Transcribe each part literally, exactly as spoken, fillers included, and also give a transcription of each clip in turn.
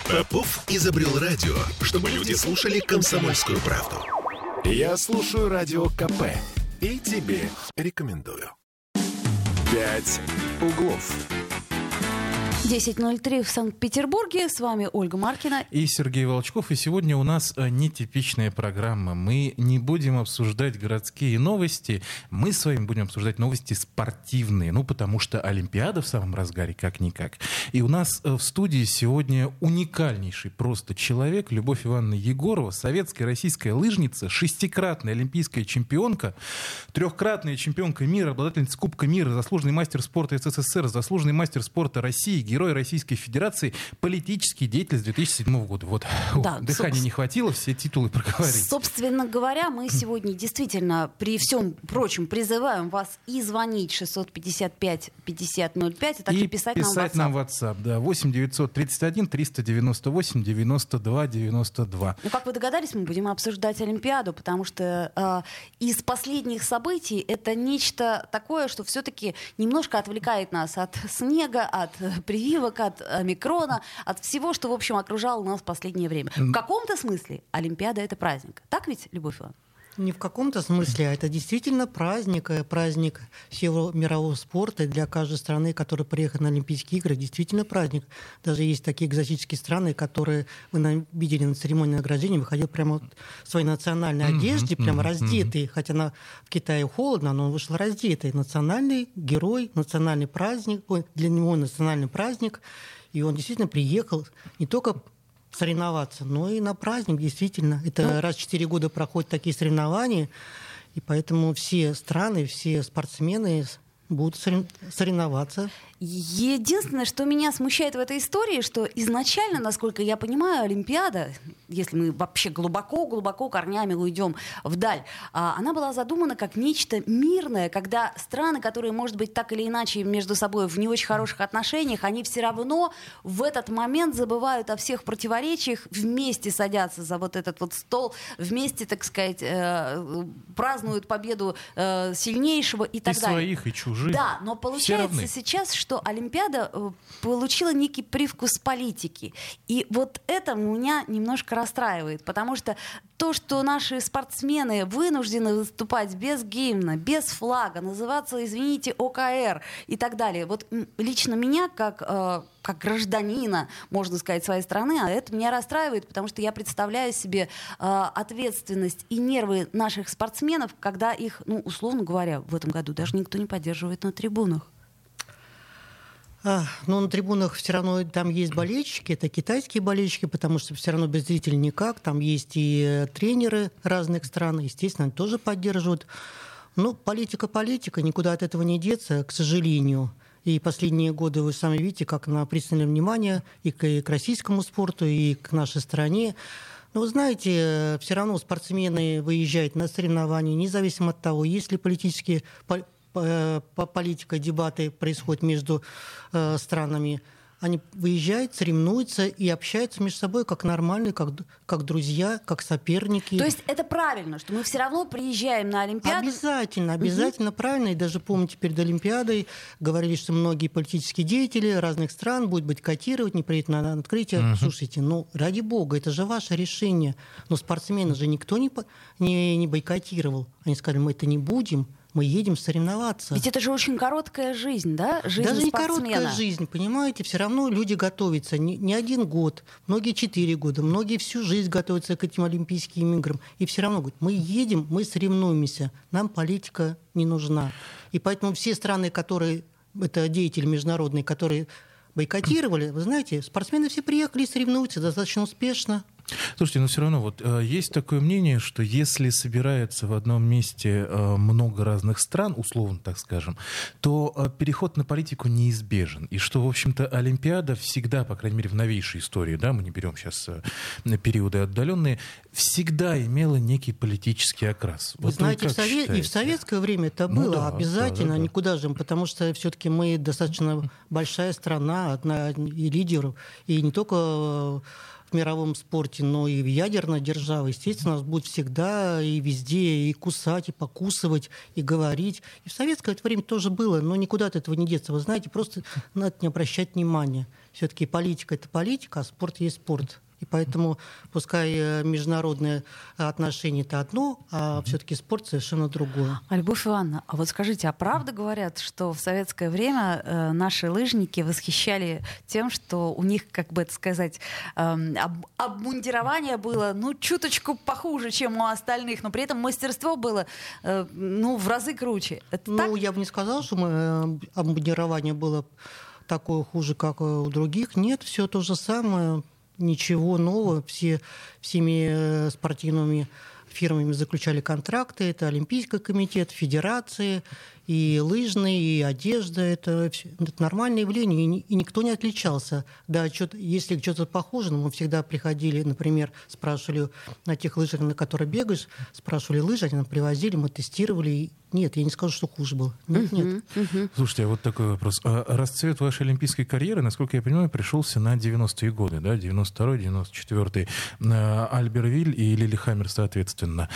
Попов изобрел радио, чтобы люди слушали комсомольскую правду. Я слушаю Радио КП и тебе рекомендую. «Пять углов». десять ноль три в Санкт-Петербурге. С вами Ольга Маркина и Сергей Волчков. И сегодня у нас нетипичная программа. Мы не будем обсуждать городские новости. Мы с вами будем обсуждать новости спортивные. Ну, потому что Олимпиада в самом разгаре, как-никак. И у нас в студии сегодня уникальнейший просто человек. Любовь Ивановна Егорова, советская российская лыжница, шестикратная олимпийская чемпионка, трехкратная чемпионка мира, обладательница Кубка мира, заслуженный мастер спорта СССР, заслуженный мастер спорта России, Герой Российской Федерации, политический деятель с две тысячи седьмого года. Вот. Да, Ух, дыхания соб... не хватило, все титулы проговорить. Собственно говоря, мы сегодня действительно при всем прочем призываем вас и звонить шестьсот пятьдесят пять пятьдесят ноль пять, а также и писать, писать нам в WhatsApp. Да, восемь девятьсот тридцать один триста девяносто восемь девяносто два девяносто два. Ну, как вы догадались, мы будем обсуждать Олимпиаду, потому что э, из последних событий это нечто такое, что все-таки немножко отвлекает нас от снега, от прививок, от омикрона, от всего, что, в общем, окружало нас в последнее время. В каком-то смысле Олимпиада — это праздник. Так ведь, Любовь Ивановна? Не в каком-то смысле, а это действительно праздник, праздник всего мирового спорта. И для каждой страны, которая приехала на Олимпийские игры, действительно праздник. Даже есть такие экзотические страны, которые вы видели на церемонии награждения, выходил прямо в своей национальной mm-hmm, одежде, прямо mm-hmm, раздетый. Mm-hmm. Хотя на, в Китае холодно, но он вышел раздетый. Национальный герой, национальный праздник, для него национальный праздник. И он действительно приехал не только соревноваться, но и на праздник, действительно. Это ну, раз в четыре года проходят такие соревнования, и поэтому все страны, все спортсмены будут соревноваться. Единственное, что меня смущает в этой истории, что изначально, насколько я понимаю, Олимпиада, если мы вообще глубоко-глубоко корнями уйдем вдаль, она была задумана как нечто мирное, когда страны, которые, может быть, так или иначе между собой в не очень хороших отношениях, они все равно в этот момент забывают о всех противоречиях, вместе садятся за вот этот вот стол, вместе, так сказать, празднуют победу сильнейшего и так и далее. И своих, и чужих. Да, но получается сейчас, что что Олимпиада получила некий привкус политики. И вот это меня немножко расстраивает, потому что то, что наши спортсмены вынуждены выступать без гимна, без флага, называться, извините, ОКР и так далее. Вот лично меня, как, э, как гражданина, можно сказать, своей страны, а это меня расстраивает, потому что я представляю себе э, ответственность и нервы наших спортсменов, когда их, ну, условно говоря, в этом году даже никто не поддерживает на трибунах. А, но на трибунах все равно там есть болельщики, это китайские болельщики, потому что все равно без зрителей никак. Там есть и тренеры разных стран, естественно, они тоже поддерживают. Но политика политика, никуда от этого не деться, к сожалению. И последние годы вы сами видите, как она пристальное внимание и к, и к российскому спорту, и к нашей стране. Но вы знаете, все равно спортсмены выезжают на соревнования, независимо от того, есть ли политические политика, дебаты происходят между э, странами. Они выезжают, соревнуются и общаются между собой как нормальные, как, как друзья, как соперники. То есть это правильно, что мы все равно приезжаем на Олимпиаду? Обязательно, обязательно угу. правильно. И даже помните, перед Олимпиадой говорили, что многие политические деятели разных стран будут бойкотировать, не приедут на открытие. Угу. Слушайте, ну, ради бога, это же ваше решение. Но спортсмены же никто не, не, не бойкотировал. Они сказали, мы это не будем. Мы едем соревноваться. Ведь это же очень короткая жизнь, да? Жизнь Даже не спортсмена. короткая жизнь, понимаете? Все равно люди готовятся не, не один год, многие четыре года, многие всю жизнь готовятся к этим Олимпийским играм. И все равно говорят, мы едем, мы соревнуемся, нам политика не нужна. И поэтому все страны, которые, это деятели международные, которые бойкотировали, вы знаете, спортсмены все приехали и соревнуются достаточно успешно. Слушайте, но все равно вот э, есть такое мнение, что если собирается в одном месте э, много разных стран, условно так скажем, то э, переход на политику неизбежен. И что, в общем-то, Олимпиада всегда, по крайней мере, в новейшей истории, да, мы не берем сейчас э, периоды отдаленные, всегда имела некий политический окрас. Вы вот знаете, в совет... и в советское время это ну, было да, обязательно, да, да, да. никуда же, потому что все-таки мы достаточно большая страна, одна и лидеров, и не только в мировом спорте, но и в ядерная держава, естественно, нас будет всегда и везде и кусать, и покусывать, и говорить. И в советское время тоже было, но никуда от этого не деться. Вы знаете, просто надо не обращать внимания. Все-таки политика — это политика, а спорт есть спорт. И поэтому, пускай международные отношения — это одно, а все-таки спорт совершенно другое. А, Любовь Ивановна, а вот скажите, а правда говорят, что в советское время э, наши лыжники восхищали тем, что у них, как бы это сказать, э, об, обмундирование было, ну, чуточку похуже, чем у остальных, но при этом мастерство было, э, ну, в разы круче. Это ну, так? Я бы не сказала, что мы, обмундирование было такое хуже, как у других. Нет, все то же самое. Ничего нового. Все, всеми спортивными фирмами заключали контракты. Это Олимпийский комитет, федерации, и лыжные, и одежда. Это, это нормальное явление, и, и никто не отличался. Да, что-то, если что-то похоже, но мы всегда приходили, например, спрашивали на тех лыжах, на которых бегаешь, спрашивали лыжи, они нам привозили, мы тестировали. И нет, я не скажу, что хуже было. Нет, uh-huh, нет. Uh-huh. Слушайте, а вот такой вопрос. А расцвет вашей олимпийской карьеры, насколько я понимаю, пришелся на девяностые годы, да, девяносто второй, девяносто четвёртый. Альбервиль и Лилихаммер, соответственно.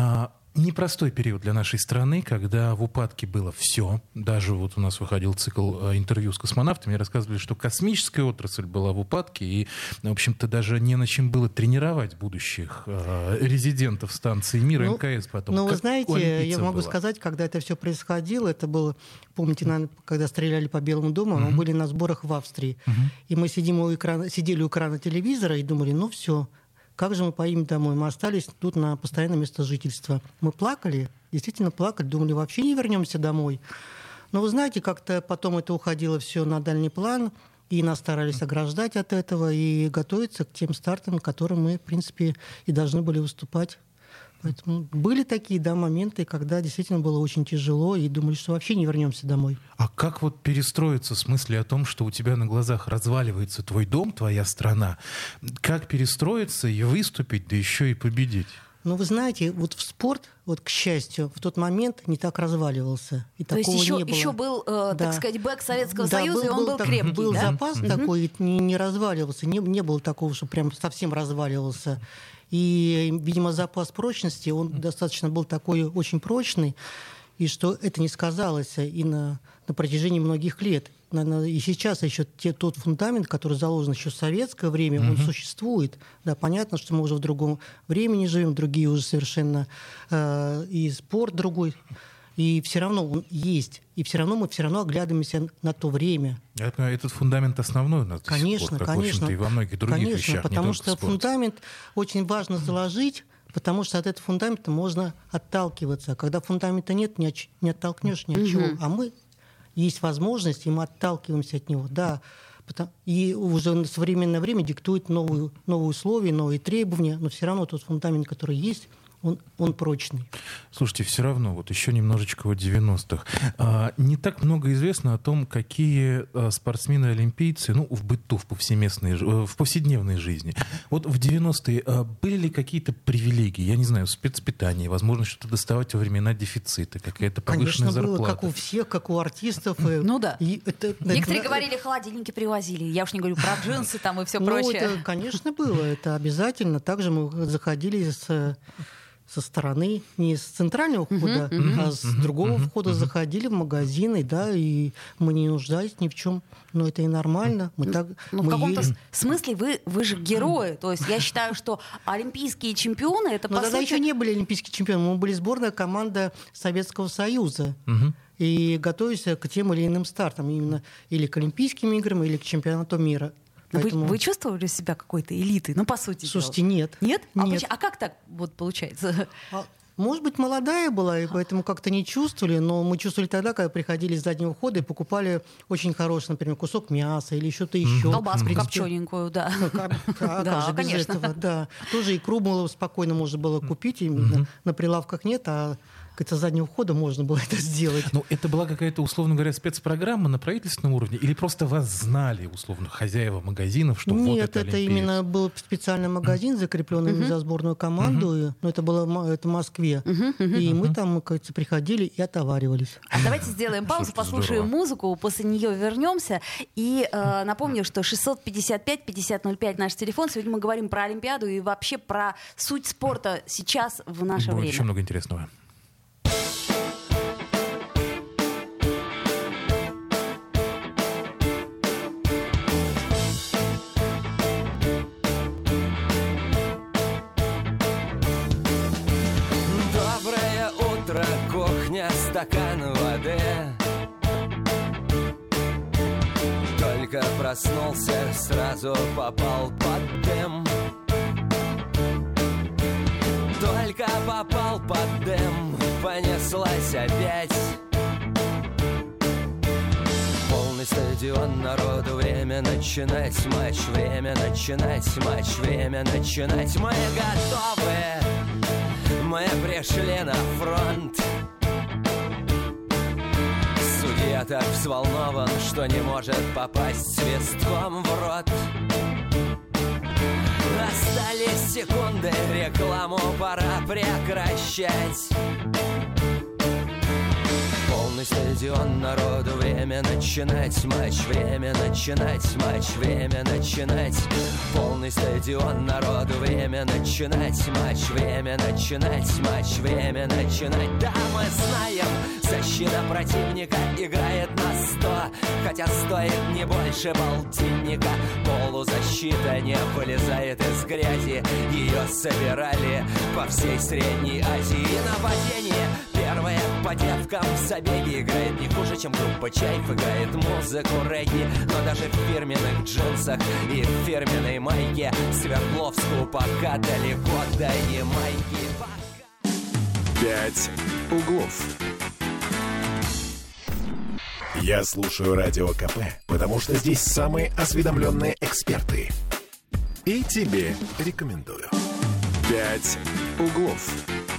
Непростой период для нашей страны, когда в упадке было все. Даже вот у нас выходил цикл интервью с космонавтами, рассказывали, что космическая отрасль была в упадке, и, в общем-то, даже не на чем было тренировать будущих э, резидентов станции мира, ну, МКС потом. Ну, вы знаете, я могу было. сказать, когда это все происходило, это было, помните, наверное, когда стреляли по Белому дому, uh-huh. мы были на сборах в Австрии, uh-huh. и мы сидим у экрана, сидели у экрана телевизора и думали, ну все, как же мы поедем домой? Мы остались тут на постоянное место жительства. Мы плакали, действительно плакали, думали, вообще не вернемся домой. Но вы знаете, как-то потом это уходило все на дальний план, и нас старались ограждать от этого и готовиться к тем стартам, которым мы, в принципе, и должны были выступать. Поэтому были такие, да, моменты, когда действительно было очень тяжело, и думали, что вообще не вернемся домой. А как вот перестроиться с мысли о том, что у тебя на глазах разваливается твой дом, твоя страна? Как перестроиться и выступить, да еще и победить? Ну, вы знаете, вот в спорт, вот, к счастью, в тот момент не так разваливался. И То есть еще, не было. еще был, э, да. так сказать, бэк Советского да, Союза, был, и он был, был так, крепкий, был да? запас mm-hmm. такой, не, не разваливался. Не, не было такого, что прям совсем разваливался. И, видимо, запас прочности, он достаточно был такой очень прочный, и что это не сказалось и на, на протяжении многих лет. И сейчас еще те, тот фундамент, который заложен еще в советское время, mm-hmm. он существует. Да, понятно, что мы уже в другом времени живем, другие уже совершенно, э, и спорт другой. И все равно он есть. И все равно мы все равно оглядываемся на то время. Этот фундамент основной у нас до конечно, сих пор, как, конечно, и во многих других конечно, вещах, потому не что только в фундамент очень важно заложить, потому что от этого фундамента можно отталкиваться. А когда фундамента нет, не, от, не оттолкнешь ни от чего. А мы есть возможность, и мы отталкиваемся от него. Да, потому, и уже современное время диктует новые, новые условия, новые требования, но все равно тот фундамент, который есть, Он, он прочный. Слушайте, все равно, вот еще немножечко о девяностых. А, не так много известно о том, какие а, спортсмены-олимпийцы, ну, в быту, в повсеместной, в повседневной жизни. Вот в девяностые а, были ли какие-то привилегии, я не знаю, спецпитание, возможно, что-то доставать во времена дефицита, какая-то повышенная зарплата? Конечно, зарплата? было, как у всех, как у артистов. Ну да. И это, Некоторые это, говорили, холодильники привозили. Я уж не говорю про джинсы там и все ну, прочее. Это, конечно, было. Это обязательно. Также мы заходили с... со стороны, не с центрального входа, uh-huh, uh-huh, а с uh-huh, другого uh-huh, входа uh-huh. заходили в магазины, да, и мы не нуждались ни в чем. Но это и нормально. Мы так, ну, мы в каком-то ели. смысле вы, вы же герои. То есть я считаю, что олимпийские чемпионы это, Но по тогда сути... еще не были олимпийские чемпионы. Мы были сборная команда Советского Союза. Uh-huh. И готовились к тем или иным стартам. Именно или к Олимпийским играм, или к чемпионату мира. Поэтому... Вы, вы чувствовали себя какой-то элитой? Ну, по сути. Слушайте, дела. нет. Нет? Нет. А, а как так вот получается? А, может быть, молодая была, и поэтому как-то не чувствовали, но мы чувствовали тогда, когда приходили с заднего входа и покупали очень хороший, например, кусок мяса или что-то еще. Колбаску копчененькую, да. Да, конечно. Да. Тоже икру было спокойно можно было купить, именно на прилавках нет, а как-то заднего хода можно было это сделать. Ну, это была какая-то, условно говоря, спецпрограмма на правительственном уровне? Или просто вас знали, условно, хозяева магазинов, что Нет, вот это это олимпиец? именно был специальный магазин, закрепленный uh-huh. за сборную команду. Uh-huh. Но это было это в Москве. Uh-huh. Uh-huh. И мы там, кажется, приходили и отоваривались. А давайте сделаем паузу, послушаем музыку, после нее вернемся. И э, напомню, что шестьсот пятьдесят пять пятьдесят ноль пять наш телефон. Сегодня мы говорим про Олимпиаду и вообще про суть спорта сейчас в наше Будет время. еще много интересного. Доброе утро, кухня, стакан воды. Только проснулся, сразу попал под дым. Только попал под дым, понеслась опять. Полный стадион народу, время начинать матч, время начинать матч, время начинать. Мы готовы, мы пришли на фронт. Судья так взволнован, что не может попасть свистком в рот. Остались секунды, рекламу пора прекращать. Полный стадион народу, время начинать матч, время начинать матч, время начинать. Полный стадион народу, время начинать матч, время начинать матч, время начинать. Да, мы знаем, защита противника играет на сто, хотя стоит не больше полтинника. Полузащита не вылезает из грязи, ее собирали по всей Средней Азии. Нападение первое по девкам в забеге играет не хуже, чем группа Чайф играет музыку регги. Но даже в фирменных джинсах и в фирменной майке Свердловску пока далеко до Ямайки. «Пять углов». Я слушаю Радио КП, потому что здесь самые осведомленные эксперты. И тебе рекомендую. «Пять углов».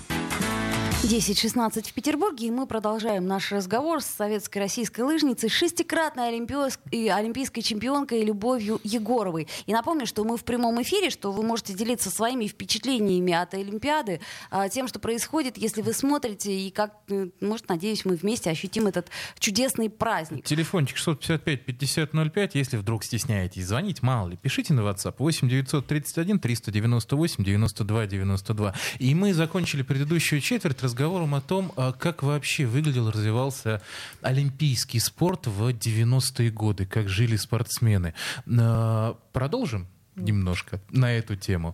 десять шестнадцать в Петербурге, и мы продолжаем наш разговор с советской российской лыжницей, шестикратной олимпийской, олимпийской чемпионкой Любовью Егоровой. И напомню, что мы в прямом эфире, что вы можете делиться своими впечатлениями от Олимпиады, тем, что происходит, если вы смотрите, и как, может, надеюсь, мы вместе ощутим этот чудесный праздник. Телефончик шестьсот пятьдесят пять пятьдесят ноль пять, если вдруг стесняетесь звонить, мало ли, пишите на WhatsApp восемь девятьсот тридцать один триста девяносто восемь девяносто два девяносто два. И мы закончили предыдущую четверть разговором о том, как вообще выглядел, развивался олимпийский спорт в девяностые годы, как жили спортсмены. Продолжим немножко на эту тему.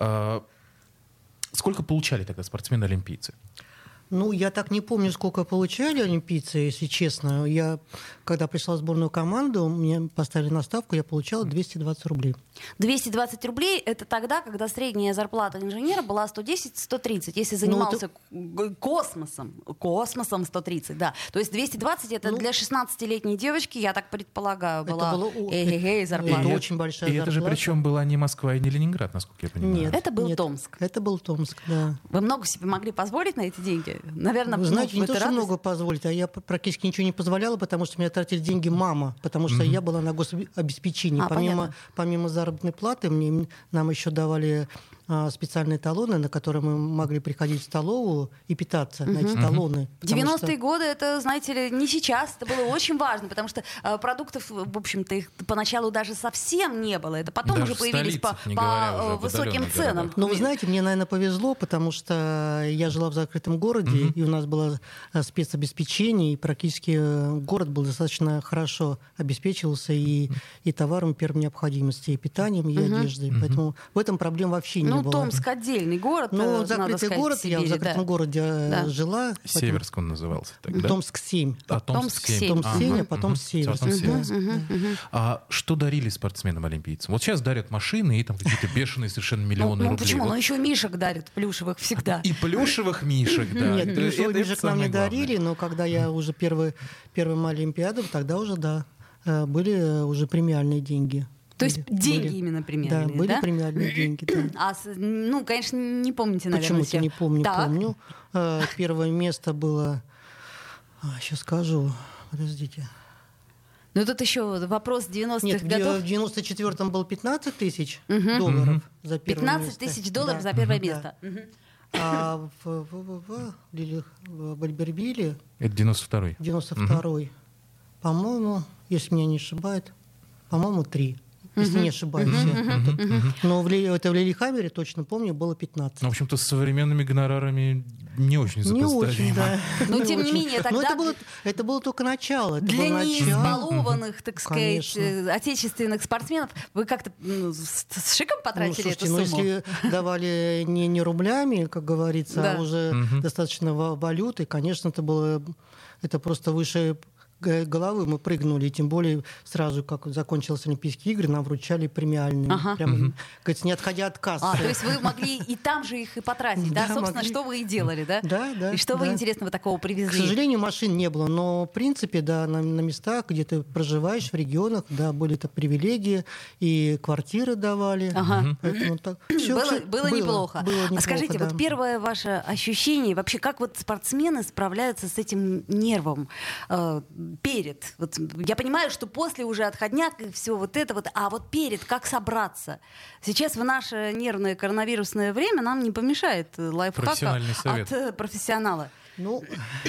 Сколько получали тогда спортсмены-олимпийцы? Ну, я так не помню, сколько получали олимпийцы, если честно. Я, когда пришла в сборную команду, мне поставили на ставку, я получала двести двадцать рублей. двести двадцать рублей — это тогда, когда средняя зарплата инженера была сто десять - сто тридцать. Если занимался ну, это... космосом, космосом сто тридцать, да. То есть двести двадцать — это ну, для шестнадцатилетней девочки, я так предполагаю, была было... эй-эй-эй зарплата. Это очень большая и зарплата. И это же причем была не Москва и не Ленинград, насколько я понимаю. Нет, это был нет, Томск. Это был Томск, да. Вы много себе могли позволить на эти деньги? Наверное, Вы знаете, ну, не то, что радость. много позволить, а я практически ничего не позволяла, потому что меня тратили деньги мама, потому что mm-hmm. я была на гособеспечении. А, помимо, помимо заработной платы мне, нам еще давали а, специальные талоны, на которые мы могли приходить в столовую и питаться mm-hmm. на эти талоны. девяностые что... годы, это, знаете ли, не сейчас, это было очень важно, потому что а, продуктов, в общем-то, их поначалу даже совсем не было. Это потом даже уже появились по, по высоким ценам. Но вы знаете, мне, наверное, повезло, потому что я жила в закрытом городе, mm-hmm. и у нас было спецобеспечение, и практически город был достаточно хорошо обеспечивался и, и товаром первой необходимости, и питанием, и mm-hmm. одеждой. Mm-hmm. Поэтому в этом проблем вообще не ну, было. Ну, Томск отдельный город, ну, надо закрытый сказать, город, в Сибири, я в закрытом да. городе да. жила. Северск он назывался тогда. Томск-семь. А, Томск-семь. Томск-семь, а потом Северск. Потом Северск. Угу, угу, угу. А что дарили спортсменам-олимпийцам? Вот сейчас дарят машины и там какие-то бешеные совершенно миллионы ну, ну, рублей. Почему? Вот. Ну, еще мишек дарят, плюшевых всегда. И плюшевых мишек, да. Нет, плюшевых мишек нам не дарили, но когда я уже первый, первым Олимпиадом, тогда уже, да, были уже премиальные деньги. То есть были, деньги были, именно премиальные, да? были да? премиальные деньги, да. А, ну, конечно, не помните, наверное, Почему-то всех. не помню, Так. помню. Первое место было... Сейчас скажу, подождите. Ну, тут еще вопрос девяностых Нет, годов. в девяносто четвёртом было пятнадцать тысяч Мгм. долларов за первое пятнадцать место. тысяч долларов Да. за первое Да. место. Мгм. А в, в, в, в, Лили- в Альбервилле Это девяносто второй. девяносто второй, по-моему, если меня не ошибает, по-моему, три. Если не ошибаюсь. я. Тут- Но в, Ли- это в Лилихаммере, точно помню, было пятнадцать. Ну, в общем-то, с современными гонорарами не очень Не очень, сопоставимо. да. Но, Не тем не очень. менее, Но тогда это было, это было только начало. Это для было начало. неизбалованных, так сказать, Конечно. э, отечественных спортсменов вы как-то ну, с, с шиком Ну, потратили слушайте, эту ну, сумму? если давали не, не рублями, как говорится, Да. а уже Мгм. достаточно ва- валюты, конечно, это было это просто выше г- головы мы прыгнули, и тем более сразу, как закончились Олимпийские игры, нам вручали премиальные. Ага. Прямо, говорится, не отходя от кассы. А, то есть вы могли и там же их и потратить, да? Да, Собственно, могли. что вы и делали, да? Да, да. И что вы да. интересного такого К привезли? сожалению, машин не было, но в принципе, да, на, на местах, где ты проживаешь, в регионах, да, были это привилегии, и квартиры давали. Ага. Поэтому так, всё- было, всё было неплохо. было неплохо, А скажите, да. вот первое ваше ощущение, вообще, как вот спортсмены справляются с этим нервом э, перед? Вот, я понимаю, что после уже отходняк и все вот это вот, а вот перед, как собраться? Сейчас в наше нервное коронавирусное время нам не помешает э, лайфхака Профессиональный совет. от э, профессионала. Ну,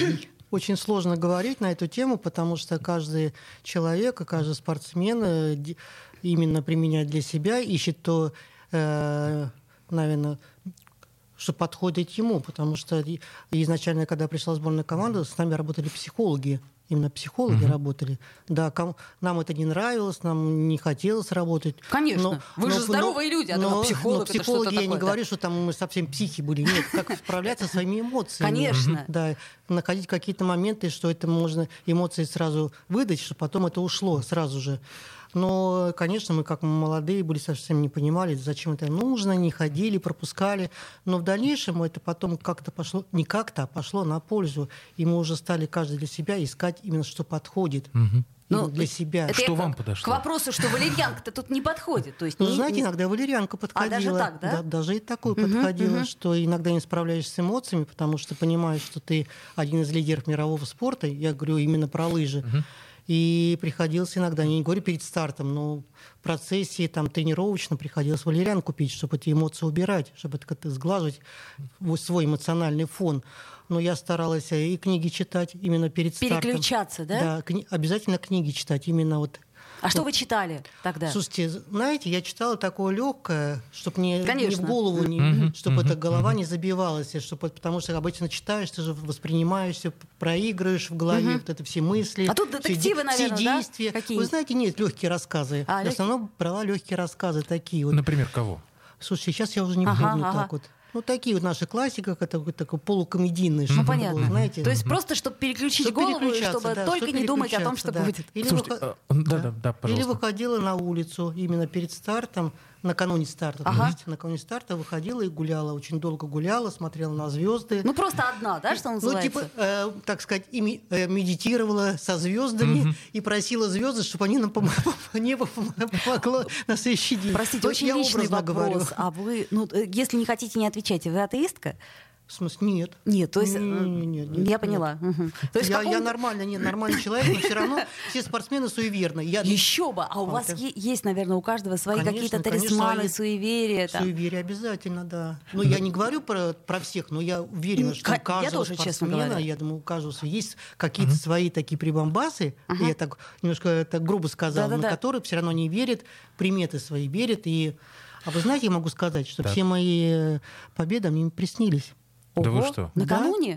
очень сложно говорить на эту тему, потому что каждый человек и каждый спортсмен э, ди- именно применяет для себя, ищет то, э, наверное, что подходит ему, потому что и- изначально, когда пришла сборная команда, с нами работали психологи. Именно психологи работали. Да, кому- нам это не нравилось, нам не хотелось работать. Конечно. Вы же здоровые люди, а то психолог но это что-то психологи, я не такое, да. говорю, что там мы совсем психи были. Нет, как справляться со своими эмоциями. Конечно. Да, находить какие-то моменты, что это можно эмоции сразу выдать, чтобы потом это ушло сразу же. Но, конечно, мы как молодые были, совсем не понимали, зачем это нужно, не ходили, пропускали. Но в дальнейшем это потом как-то пошло, не как-то, а пошло на пользу. И мы уже стали каждый для себя искать именно, что подходит. Мгм. Именно Ну, для себя. Это Что я вам к- подошло? К вопросу, что валерьянка-то тут не подходит. То есть Ну, не- знаете, не- иногда валерьянка подходила. даже так, да? Даже и такое Мгм, подходило, мгм. что иногда не справляешься с эмоциями, потому что понимаешь, что ты один из лидеров мирового спорта, я говорю именно про лыжи, и приходилось иногда, я не говорю перед стартом, но в процессе там, тренировочно приходилось валерьянку пить, чтобы эти эмоции убирать, чтобы это как-то сглаживать в- свой эмоциональный фон. Но я старалась и книги читать именно перед стартом. Переключаться, да? Да, кни- обязательно книги читать именно вот. А что вы читали тогда? Слушайте, знаете, я читала такое легкое, чтобы не, не в Конечно. голову, не, Мгм, чтобы мгм, эта голова не забивалась, чтобы, потому что обычно читаешь, ты же воспринимаешься, проигрываешь в голове Мгм. вот это все мысли, А тут все детективы, де- наверное, все да? действия. Какие? Вы знаете, нет, легкие рассказы. А, в лёг- основном брала легкие рассказы такие вот. Например, кого? Слушайте, сейчас я уже не Ага, помню ага. так вот. Ну, такие вот наши классика, это вот такой полукомедийный, Ну, что-то понятно. было, знаете. То есть просто, чтобы переключить Чтобы голову, и переключаться, чтобы да, только чтобы не думать о том, что переключаться, да. будет. Или Слушайте, выход- а, да, да, да, Или пожалуйста. выходила на улицу именно перед стартом, накануне старта. Ага. То есть накануне старта выходила и гуляла. Очень долго гуляла, смотрела на звезды. Ну, просто одна, да, что Ну, называется? типа, э, так сказать, ими- э, медитировала со звездами и просила звезды, чтобы они нам пом- небо помогло на следующий день. Простите, Вот очень я личный образно вопрос. говорю. А вы, ну, э, если не хотите, не отвечайте. Вы атеистка? В смысле, нет. Нет, то есть... э, Не, не, не, нет, я нет. поняла. Мгм. То есть в я, каком- я нормально, нет, нормальный человек, но все равно все спортсмены суеверны. Я, Еще бы, а у А, вас это- е- есть, наверное, у каждого свои Конечно, какие-то конечно, талисманы, а я- суеверия. там. Суеверие обязательно, да. Но я не говорю про, про всех, но я уверена, что Ка- у каждого я тоже, честно спортсмена, говоря. я думаю, у каждого есть какие-то свои такие прибамбасы, я так немножко так грубо сказала, Да-да-да. на которые все равно не верят, приметы свои верят. И... А вы знаете, я могу сказать, что Так. все мои э, победы мне приснились. Да вы Ого, что? Накануне?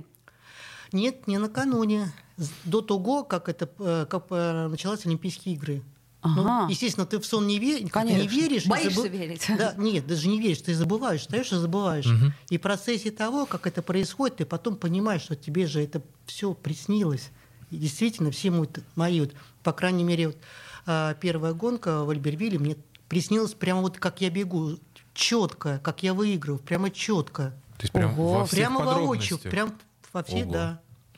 Нет, не накануне. С- До того, как, это, э, как э, начались Олимпийские игры. Ага. Ну, естественно, ты в сон не, ве- ты Конечно. не веришь. и Боишься забы- верить. Да, нет, даже не веришь, ты забываешь, встаешь и забываешь. И в процессе того, как это происходит, ты потом понимаешь, что тебе же это все приснилось. И действительно, все мои, мои вот, по крайней мере, вот, а, первая гонка в Альбервилле мне приснилось прямо вот как я бегу, четко, как я выигрываю, прямо четко. То есть прям Ого. во всех Прямо воочию, подробностях. прям во все, Ого. да.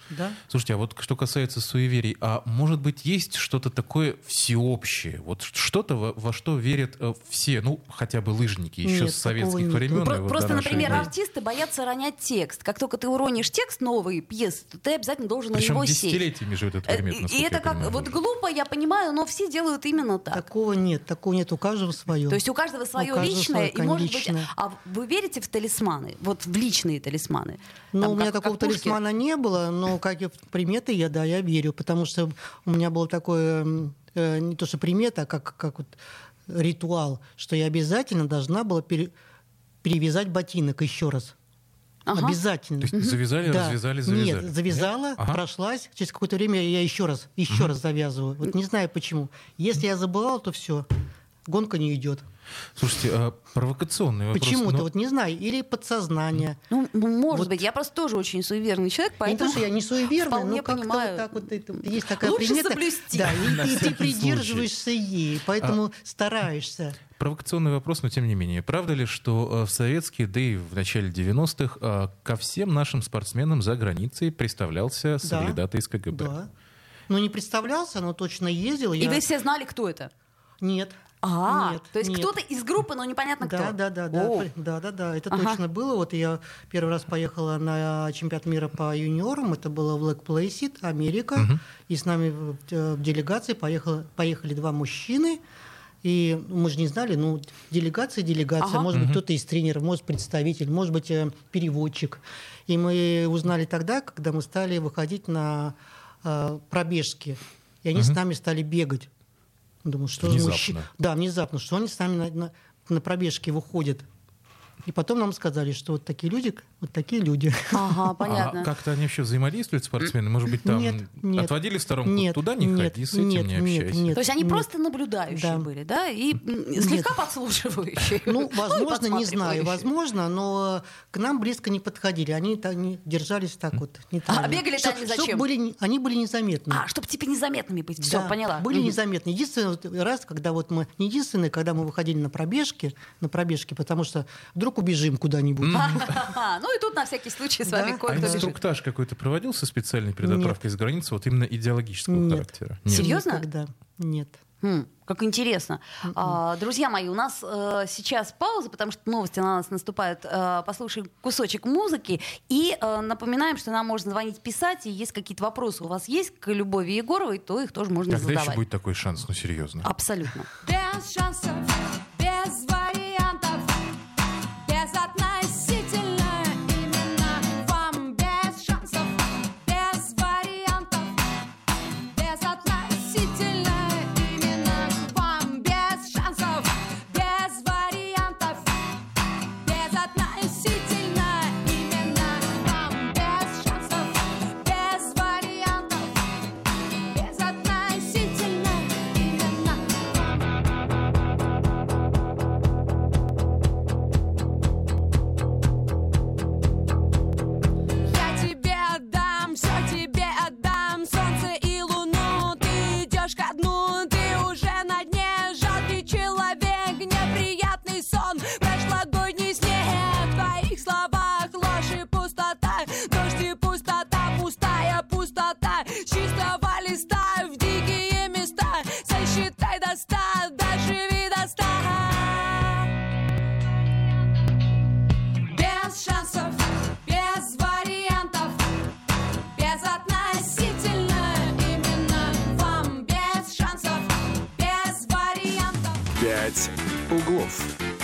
Да. Слушайте, а вот что касается суеверий, а может быть есть что-то такое всеобщее? Вот что-то, во, во что верят э, все, ну, хотя бы лыжники, еще Нет, с советских нет. времен. Ну, про- и вот просто, до наших например, дней. артисты боятся ронять текст. Как только ты уронишь текст новой пьесы, то ты обязательно должен Причем на него сесть. десятилетиями живет этот предмет, Э, И насколько это я как понимаю. вот глупо, я понимаю, но все делают именно так. Такого нет, такого нет, у каждого свое. То есть у каждого свое каждого личное, свое, и может быть. личное. А вы верите в талисманы? Вот в личные талисманы? Ну, Там, у меня как- такого как Пушкин. талисмана не было, но как и в приметы я, да, я верю, потому что у меня было такое, э, не то что примета, а как, как вот ритуал, что я обязательно должна была пере- перевязать ботинок еще раз. Ага. Обязательно. То есть завязали, Да. развязали, завязали. Нет, завязала, Ага. прошлась, через какое-то время я еще раз, еще раз завязываю. Вот не знаю почему. Если я забывал, то все, гонка не идет. Слушайте, а провокационный вопрос. Почему-то, но- вот не знаю, или подсознание. Ну, м- может Вот. быть, я просто тоже очень суеверный человек, Не поэтому... то, что я не суеверная, вполне но как-то понимаю. вот так вот это, есть такая Лучше примета. соблюсти. Да, и, На и ты всякий придерживаешься ей, поэтому стараешься. Провокационный вопрос, но тем не менее. Правда ли, что э, в советские, да и в начале девяностых э, ко всем нашим спортсменам за границей представлялся соглядатый из ка гэ бэ? Да. Ну, не представлялся, но точно ездил. И я... вы все знали, кто это? Нет. А, Нет, то есть нет. кто-то из группы, но непонятно Да, кто. да, да, да, О. да, да, да, это Ага. точно было. Вот я первый раз поехала на чемпионат мира по юниорам, это было в Лэк Плейсид, Америка, и с нами в, э, в делегации поехало, поехали два мужчины, и мы же не знали, ну, делегация, делегация, Ага. может быть, кто-то из тренеров, может, представитель, может быть, э, переводчик. И мы узнали тогда, когда мы стали выходить на э, пробежки, и они с нами стали бегать. Думаю, что за Внезапно. мужчина? Да, внезапно, что они с нами на, на, на пробежке выходят. И потом нам сказали, что вот такие люди, вот такие люди. Ага, А понятно. как-то они вообще взаимодействуют, спортсмены? Может быть, там Нет, нет. отводили в сторонку? Нет, Туда не нет, ходи, с этим нет, не нет, общайся. нет. То есть они Нет. просто наблюдающие Да. были, да? И м, слегка подслушивающие. Ну, и возможно, не знаю, подсматривающие. возможно, но к нам близко не подходили. Они, так, не держались так вот. нейтрально. А бегали-то Чтоб- они чтоб зачем? были не- они были незаметны. А, чтобы типа незаметными быть. Все, Да, поняла. Были Мгм. незаметны. Единственный вот раз, когда вот мы... Не единственный, когда мы выходили на пробежки, на пробежки, потому что вдруг убежим куда-нибудь. Ха-ха-ха. Ну и тут на всякий случай с вами Да. А кое-кто бежит. инструктаж какой-то проводился специальный перед отправкой из границы, вот именно идеологического Нет. характера? Серьезно? Никогда. Нет. Хм, как интересно. А, друзья мои, у нас э, сейчас пауза, потому что новости на нас наступают. Э, послушаем кусочек музыки. И э, напоминаем, что нам можно звонить, писать. И есть какие-то вопросы у вас есть к Любови Егоровой, то их тоже можно Когда задавать. еще будет такой шанс? Ну, серьезно. Абсолютно. Без шансов, без вариантов, безотносительно именно вам. Без шансов, без вариантов, безотносительно именно вам. Без шансов, без вариантов, безотносительно именно вам. Без шансов, без вариантов, безотносительно именно вам. Я тебе отдам, все тебе отдам, солнце и луну. Ты идешь ко дну, ты уже на дне. Жалкий человек, неприятный сон, прошлогодний снег. В твоих словах ложь и пустота, дождь и пустота, пустая пустота. С чистого листа в дикие места, сосчитай до ста, доживи до ста. Без шансов, без вариантов, безотносительно именно вам. Без шансов, без вариантов. «Пять углов».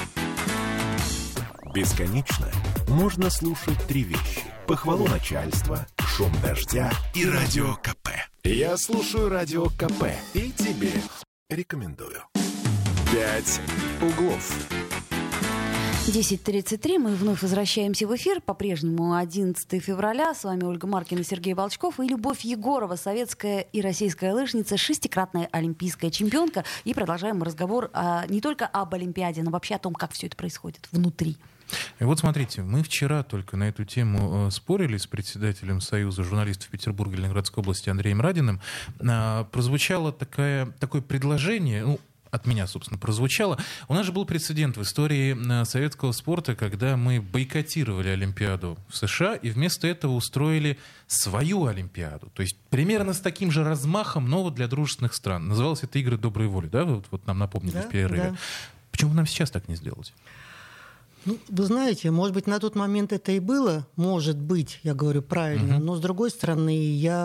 Бесконечно можно слушать три вещи. Похвалу начальства, шум дождя и радио ка пэ. Я слушаю радио ка пэ и тебе рекомендую. «Пять углов». десять тридцать три. Мы вновь возвращаемся в эфир. По-прежнему одиннадцатого февраля. С вами Ольга Маркина, Сергей Волчков и Любовь Егорова, советская и российская лыжница, шестикратная олимпийская чемпионка. И продолжаем разговор а, не только об Олимпиаде, но вообще о том, как все это происходит внутри. И вот смотрите, мы вчера только на эту тему э, спорили с председателем Союза журналистов Петербурга и Ленинградской области Андреем Радиным. Э, прозвучало такое, такое предложение, ну, от меня, собственно, прозвучало. У нас же был прецедент в истории советского спорта, когда мы бойкотировали Олимпиаду в США и вместо этого устроили свою Олимпиаду. То есть примерно с таким же размахом, но вот для дружественных стран. Называлось это «Игры доброй воли», да? Вот, вот нам напомнили Да, в перерыве. да. Почему нам сейчас так не сделать? Ну, вы знаете, может быть, на тот момент это и было, может быть, я говорю правильно, Мгм. но, с другой стороны,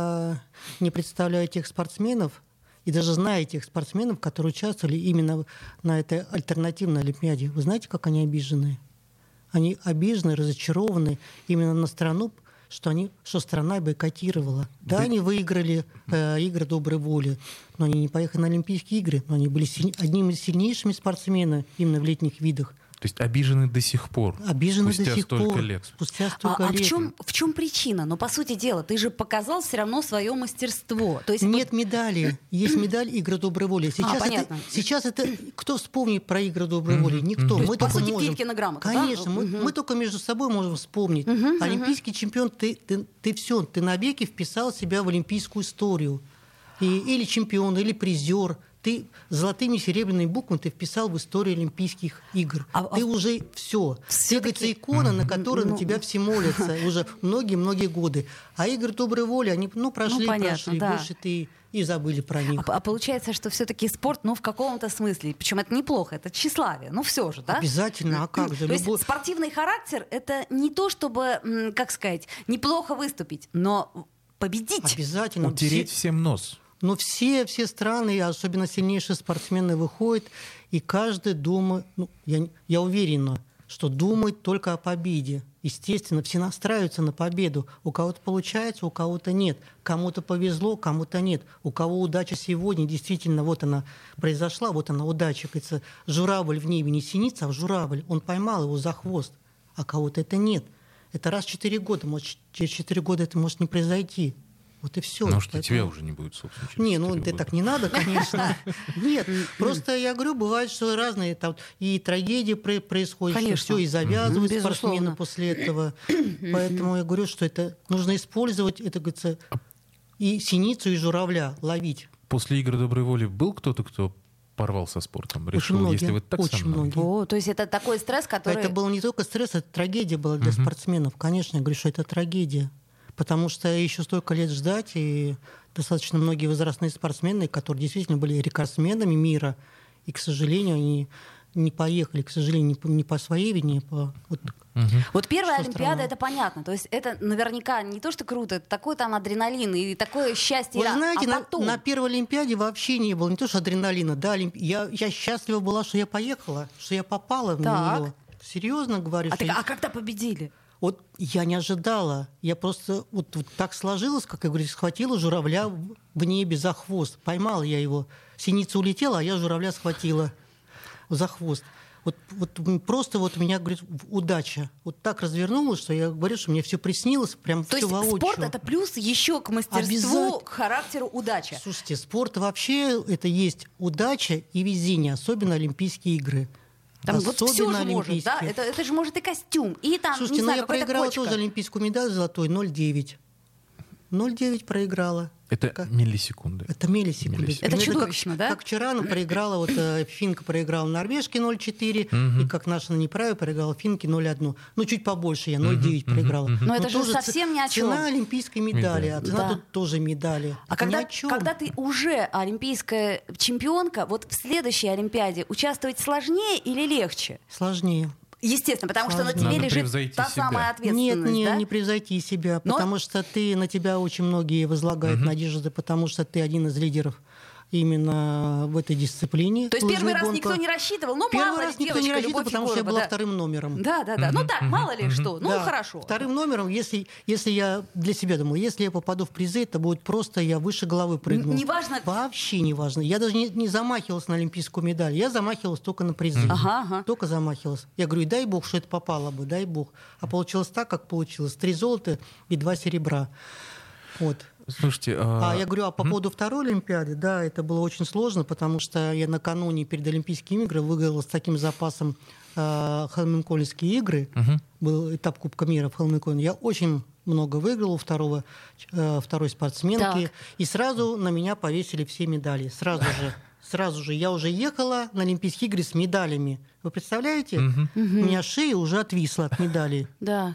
я не представляю тех спортсменов, и даже знаю тех спортсменов, которые участвовали именно на этой альтернативной Олимпиаде. Вы знаете, как они обижены? Они обижены, разочарованы именно на страну, что, они, что страна бойкотировала. Да, Вы- они выиграли э, игры доброй воли, но они не поехали на Олимпийские игры, но они были силь- одними из сильнейшими спортсменов именно в летних видах. То есть обижены до сих пор, Обижены спустя до сих столько пор. лет. Спустя А, столько а в лет. чем, в чем причина? Ну, по сути дела, ты же показал все равно свое мастерство. То есть Нет медали. Есть медаль «Игры доброй воли». Сейчас, это, понятно. сейчас это... Кто вспомнит про «Игры доброй воли? Никто. То есть, Мы по только сути, можем... Филькина грамота, да? Конечно. Мы, Мгм. мы только между собой можем вспомнить. Мгм, Олимпийский чемпион, ты, ты, ты все, ты навеки вписал себя в олимпийскую историю. И, или чемпион, или призер. Ты золотыми серебряными буквами ты вписал в историю Олимпийских игр. А- ты а- уже все. Всё-таки- Двигается икона, на которой Ну, на тебя все молятся уже многие-многие годы. А игры доброй воли, они ну, прошли, Ну, понятно, прошли. да. Больше ты и забыли про них. А, а получается, что все-таки спорт, ну, в каком-то смысле, причем это неплохо, это тщеславие, ну, все же, да? Обязательно, а как же? То есть Любой- спортивный характер — это не то, чтобы, м, как сказать, неплохо выступить, но победить. Обязательно. Утереть Все- всем нос. Но все, все страны, особенно сильнейшие спортсмены, выходят, и каждый думает, ну, я, я уверена, что думает только о победе. Естественно, все настраиваются на победу. У кого-то получается, у кого-то нет. Кому-то повезло, кому-то нет. У кого удача сегодня, действительно, вот она произошла, вот она удача. Говорится, журавль в небе не синица, а журавль. Он поймал его за хвост, а кого-то это нет. Это раз в четыре года. Может, через четыре года это может не произойти. Вот и все. Потому что тебя уже не будет, собственно, через Не, ну четыре это года. так не надо, конечно. Нет, просто я говорю, бывает, что разные там и трагедии про- происходят, что Конечно. все и завязывают Мгм. спортсмены Безусловно. после этого. Поэтому я говорю, что это нужно использовать, это говорится, и синицу, и журавля ловить. После игр доброй воли был кто-то, кто порвал со спортом? Очень Решил, многие, если вы так со очень мной. многие. О, то есть это такой стресс, который... Это был не только стресс, это трагедия была для спортсменов. Конечно, я говорю, что это трагедия. Потому что еще столько лет ждать, и достаточно многие возрастные спортсмены, которые действительно были рекордсменами мира, и, к сожалению, они не поехали, к сожалению, не по, не по своей вине, по... Вот, Вот первая Что Олимпиада, странно. это понятно. То есть это наверняка не то, что круто, это такой там адреналин и такое счастье. Вы а знаете, на, потом... на первой Олимпиаде вообще не было не то, что адреналина. Да, олимп... я, я счастлива была, что я поехала, что я попала в Так. нее. Серьезно говорю. А, что так, я- а когда победили? Вот я не ожидала. Я просто вот, вот так сложилось, как я говорю, схватила журавля в в небе за хвост. Поймала я его. Синица улетела, а я журавля схватила за хвост. Вот, вот м, просто вот у меня, говорит, в- удача. Вот так развернулась, что я говорю, что мне все приснилось, прям То все есть воочию. спорт — это плюс еще к мастерству, Обязательно. к характеру удача. Слушайте, спорт вообще это есть удача и везение, особенно Олимпийские игры. Там вот Особенно все же может, да? Олимпийские. Это, это же может и костюм, и там, Слушайте, не ну знаю, я какая-то проиграла кочка. тоже олимпийскую медаль золотой ноль девять. ноль девять проиграла. Это Как- миллисекунды. Это миллисекунды. Миллисекунды. Это Ну, чудовищно, как, да? Как вчера она проиграла, вот э, финка проиграла норвежке ноль четыре, Мгм. и как наша на неправе проиграла финке ноль один. Ну, чуть побольше я, ноль девять проиграла. Но это же тоже совсем ц- ни о чем. Цена олимпийской медали, а цена Да. тут тоже медали. А Это ни когда, о чем. когда ты уже олимпийская чемпионка, вот в следующей Олимпиаде участвовать сложнее или легче? Сложнее. Естественно, потому что на Сложнее. тебе Надо лежит превзойти та себя. самая Нет, ответственность, не, да? не превзойти себя, Но- потому что ты, на тебя очень многие возлагают надежды, потому что ты один из лидеров именно в этой дисциплине. То есть лыжная первый раз гонка. никто не рассчитывал, ну Первый мало раз ли, никто не девочка, рассчитывал, Любовь потому что я Егорова, была да. вторым номером. Да, да, да. Ну так, мало ли что. Ну Да. хорошо. Вторым номером, если, если я для себя думал, если я попаду в призы, это будет просто я выше головы прыгну. Н- неважно- Вообще не важно. Я даже не, не замахивалась на олимпийскую медаль. Я замахивалась только на призы. Ага, ага. Только замахивалась. Я говорю, и дай бог, что это попало бы, дай бог. А получилось так, как получилось. Три золота и два серебра. Вот. Слушайте, А а, я говорю, а по поводу второй Олимпиады, да, это было очень сложно, потому что я накануне перед Олимпийскими играми выиграла с таким запасом э, Холменкольские игры. Мгм. Был этап Кубка мира в Холменкольне. Я очень много выиграла у второго, э, второй спортсменки. Так. И сразу на меня повесили все медали. Сразу же. сразу же я уже ехала на Олимпийские игры с медалями. Вы представляете? Мгм. У меня шея уже отвисла от медалей. Да.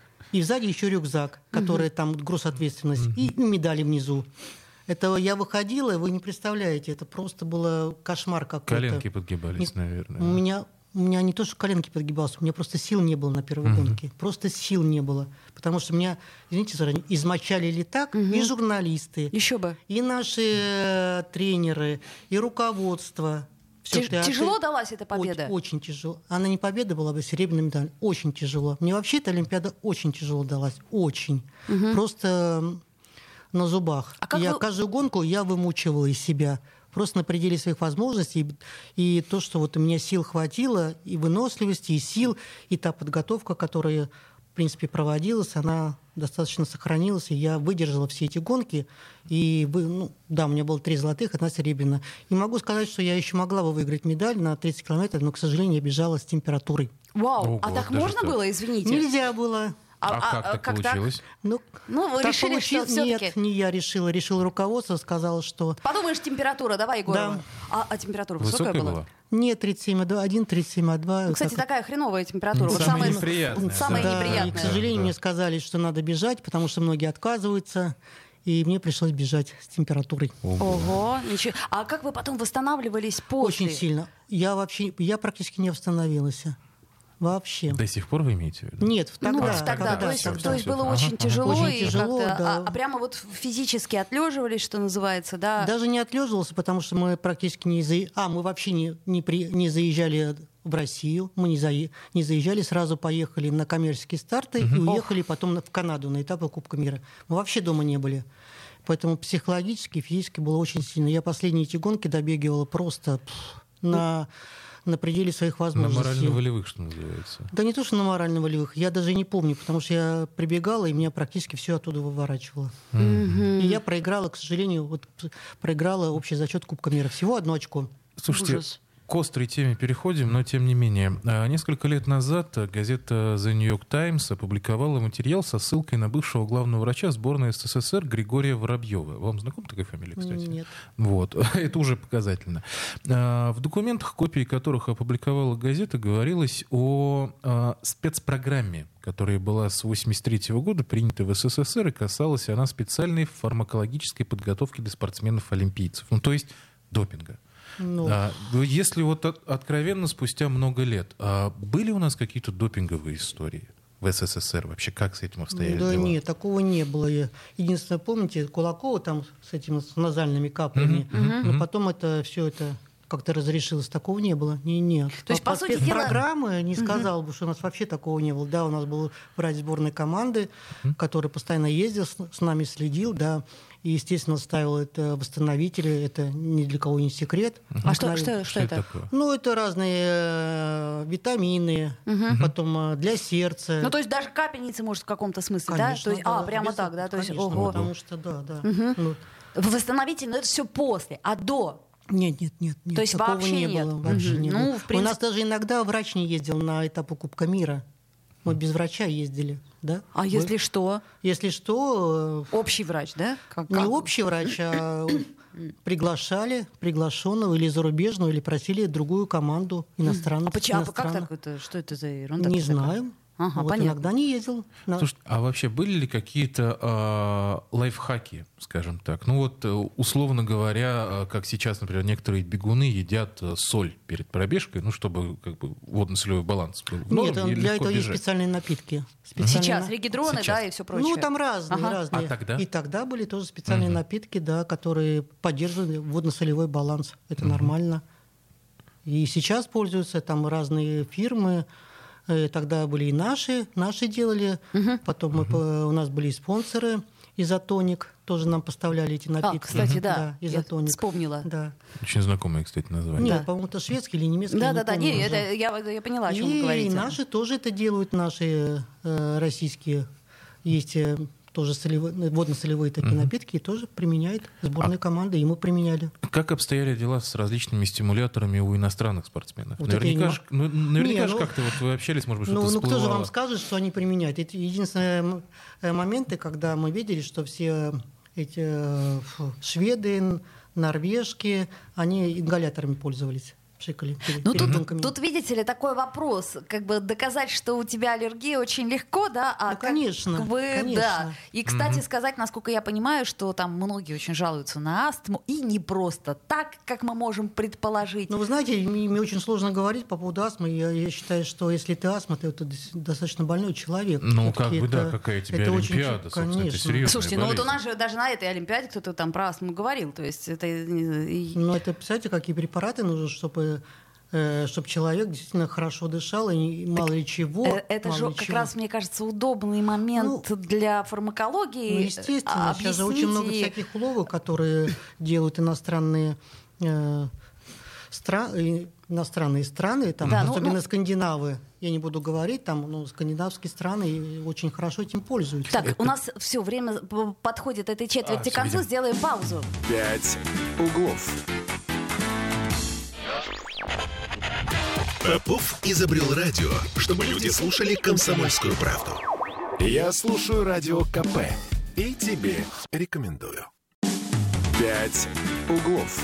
И сзади еще рюкзак, который там груз ответственности, и медали внизу. Это я выходила, и вы не представляете, это просто было кошмар какой-то. Коленки подгибались, Не- наверное. У меня, у меня не то, что коленки подгибался, у меня просто сил не было на первой Мгм. гонке. Просто сил не было. Потому что меня, извините, заранее, измочалили так и журналисты, Еще бы. и наши э, тренеры, и руководство. Всё, Тяж- ты- а ты- Тяжело далась эта победа? Очень, очень тяжело. Она не победа была бы, серебряная медаль. Очень тяжело. Мне вообще эта Олимпиада очень тяжело далась. Очень. Просто м, на зубах. А как я вы- каждую гонку я вымучивала из себя. Просто на пределе своих возможностей. И, и то, что вот у меня сил хватило, и выносливости, и сил, и та подготовка, которая, в принципе, проводилась, она достаточно сохранилась, и я выдержала все эти гонки. И, вы, ну, да, у меня было три золотых, одна серебряная. И могу сказать, что я еще могла бы выиграть медаль на тридцать километров, но, к сожалению, я бежала с температурой. Вау, Ого, а так даже можно так. было, извините? Нельзя было. А, как так получилось? Ну, Ну, вы так решили, что получилось. всё-таки- Нет, не я решила. Решил руководство, сказало, что Подумаешь, температура, давай, Егорова. Да. А, а температура высокая, Высокая была? была? нет, тридцать семь и два, один, тридцать семь и два. Ну, кстати, Как- такая хреновая температура. Вот Самая самая неприятная, самая да. Да, и, к неприятная. сожалению, Да. мне сказали, что надо бежать, потому что многие отказываются. И мне пришлось бежать с температурой. Ого, ничего. А как вы потом восстанавливались после? Очень сильно. Я вообще, я практически не восстановилась. Вообще. До сих пор вы имеете в виду? Нет, тогда. Ну, А, тогда, когда то, есть, всё, то есть всё, было ага, очень ага. тяжело, Очень и тяжело, как-то, да. а, а прямо вот физически отлеживались, что называется, да? Даже не отлеживался, потому что мы практически не заезжали. А, мы вообще не, не, при... не заезжали в Россию. Мы не, заe... не заезжали, сразу поехали на коммерческие старты и уехали потом на- в Канаду на этапы Кубка мира. Мы вообще дома не были. Поэтому психологически и физически было очень сильно. Я последние эти гонки добегивала просто пф, на, на пределе своих На возможностей. морально-волевых, что называется. Да не то, что на морально-волевых. Я даже не помню, потому что я прибегала, и меня практически все оттуда выворачивало. И я проиграла, к сожалению, вот проиграла общий зачет Кубка мира. Всего одно очко. Слушайте, Ужас. к острой теме переходим, но тем не менее. А, Несколько лет назад газета The New York Times опубликовала материал со ссылкой на бывшего главного врача сборной СССР Григория Воробьева. Вам знакома такая фамилия, кстати? Нет. Вот, это уже показательно. А, В документах, копии которых опубликовала газета, говорилось о а, спецпрограмме, которая была с восемьдесят третьего года принята в СССР, и касалась она специальной фармакологической подготовки для спортсменов-олимпийцев. Ну, то есть допинга. Ну, А, ну, если вот от- откровенно спустя много лет, а были у нас какие-то допинговые истории в СССР вообще? Как с этим обстояли да дела? нет, такого не было. Я- Единственное, помните, Кулакова там с этими с назальными каплями, но потом это все это как-то разрешилось. Такого не было. Не, нет. То есть, по сути дела- программы не сказал бы, что у нас вообще такого не было. Да, у нас был врач сборной команды, который постоянно ездил, с, с нами следил, да. И, естественно, ставил это восстановители. Это ни для кого не секрет. А что, Установил- что, что это? такое? Ну, это разные э, витамины, потом э, для сердца. Ну, то есть даже капельницы, может, в каком-то смысле, да? Конечно, То есть, а, да, прямо без- так, да? То есть, конечно, ого. потому что, да, да. Ну, Восстановитель, но это все после, а до. нет, нет, нет, нет. То есть такого вообще не нет? было. Вообще Мгм. не Ну, было. в принципе- У нас даже иногда врач не ездил на этапы Кубка мира. Мы без врача ездили, да? А Вы- если что? Если что, Общий врач, да? Как- э, не как? общий врач, а приглашали приглашенного или зарубежного, или просили другую команду иностранных. А почему? А как иностранных. так это? Что это за ерунда? Не такая? знаю. Ага, вот понятно. иногда не ездил. на- Слушай, а вообще были ли какие-то а, лайфхаки, скажем так? Ну вот, э, условно говоря, а, как сейчас, например, некоторые бегуны едят э, соль перед пробежкой, ну, чтобы как бы водно-солевой баланс был в норме, Нет, и для легко этого есть бежать. специальные напитки. Специальные Сейчас на- регидроны, Сейчас. да, и все прочее. Ну, там разные, Ага. разные. А тогда? И тогда были тоже специальные напитки, да, которые поддерживали водно-солевой баланс. Это нормально. И сейчас пользуются там разные фирмы. Э, Тогда были и наши, наши делали. Потом мы по- у нас были и спонсоры. Изотоник тоже нам поставляли эти напитки. А, кстати, да. Я Изотоник. вспомнила. Да. Очень знакомое, кстати, название. Нет, Да. по-моему, это шведский или немецкий. я Да, да, да. помню Не, уже. это я, я поняла, о чем и, вы говорите. и наши тоже это делают, наши э, российские. Есть э, тоже солевые, водно-солевые такие напитки, и тоже применяет сборная команда, и мы применяли. Как обстояли дела с различными стимуляторами у иностранных спортсменов? Вот это я не наверняка мо- ж, ну, наверняка Не, ж ну- как-то вот вы общались, может быть, Ну, что-то ну кто же всплывало. вам скажет, что они применяют? Это единственные м- э, моменты, когда мы видели, что все эти э, фу, шведы, н- норвежки, они ингаляторами пользовались. Пшикали перед, ну, перед тут, тут, видите ли, такой вопрос. Как бы доказать, что у тебя аллергия, очень легко, да? А да, конечно, как бы, конечно. Да. И, кстати, Угу. сказать, насколько я понимаю, что там многие очень жалуются на астму, и не просто так, как мы можем предположить. Ну, вы знаете, мне, мне очень сложно говорить по поводу астмы. Я, я считаю, что если ты астма, ты это достаточно больной человек. Ну, Всё-таки как бы, это, да, какая тебе это Олимпиада, очень, собственно, конечно. это серьезная Слушайте, ну вот у болезнь. нас же даже на этой Олимпиаде кто-то там про астму говорил. То есть это... Ну, это, представляете, какие препараты нужны, чтобы... чтобы человек действительно хорошо дышал, и мало ли чего. Это мало же ли как чего. раз, мне кажется, удобный момент Ну, для фармакологии. Ну, естественно, сейчас же очень много Объясните. всяких уловок, которые делают иностранные, э, стра- и- иностранные страны, там, Да, ну, особенно ну- скандинавы. Я не буду говорить, там, но скандинавские страны очень хорошо этим пользуются. Так, у нас все время п- подходит этой четверти А, к концу. всё, видимо. Сделаем паузу. «Пять углов». Попов изобрел радио, чтобы люди слушали комсомольскую правду. Я слушаю радио КП и тебе рекомендую. «Пять углов».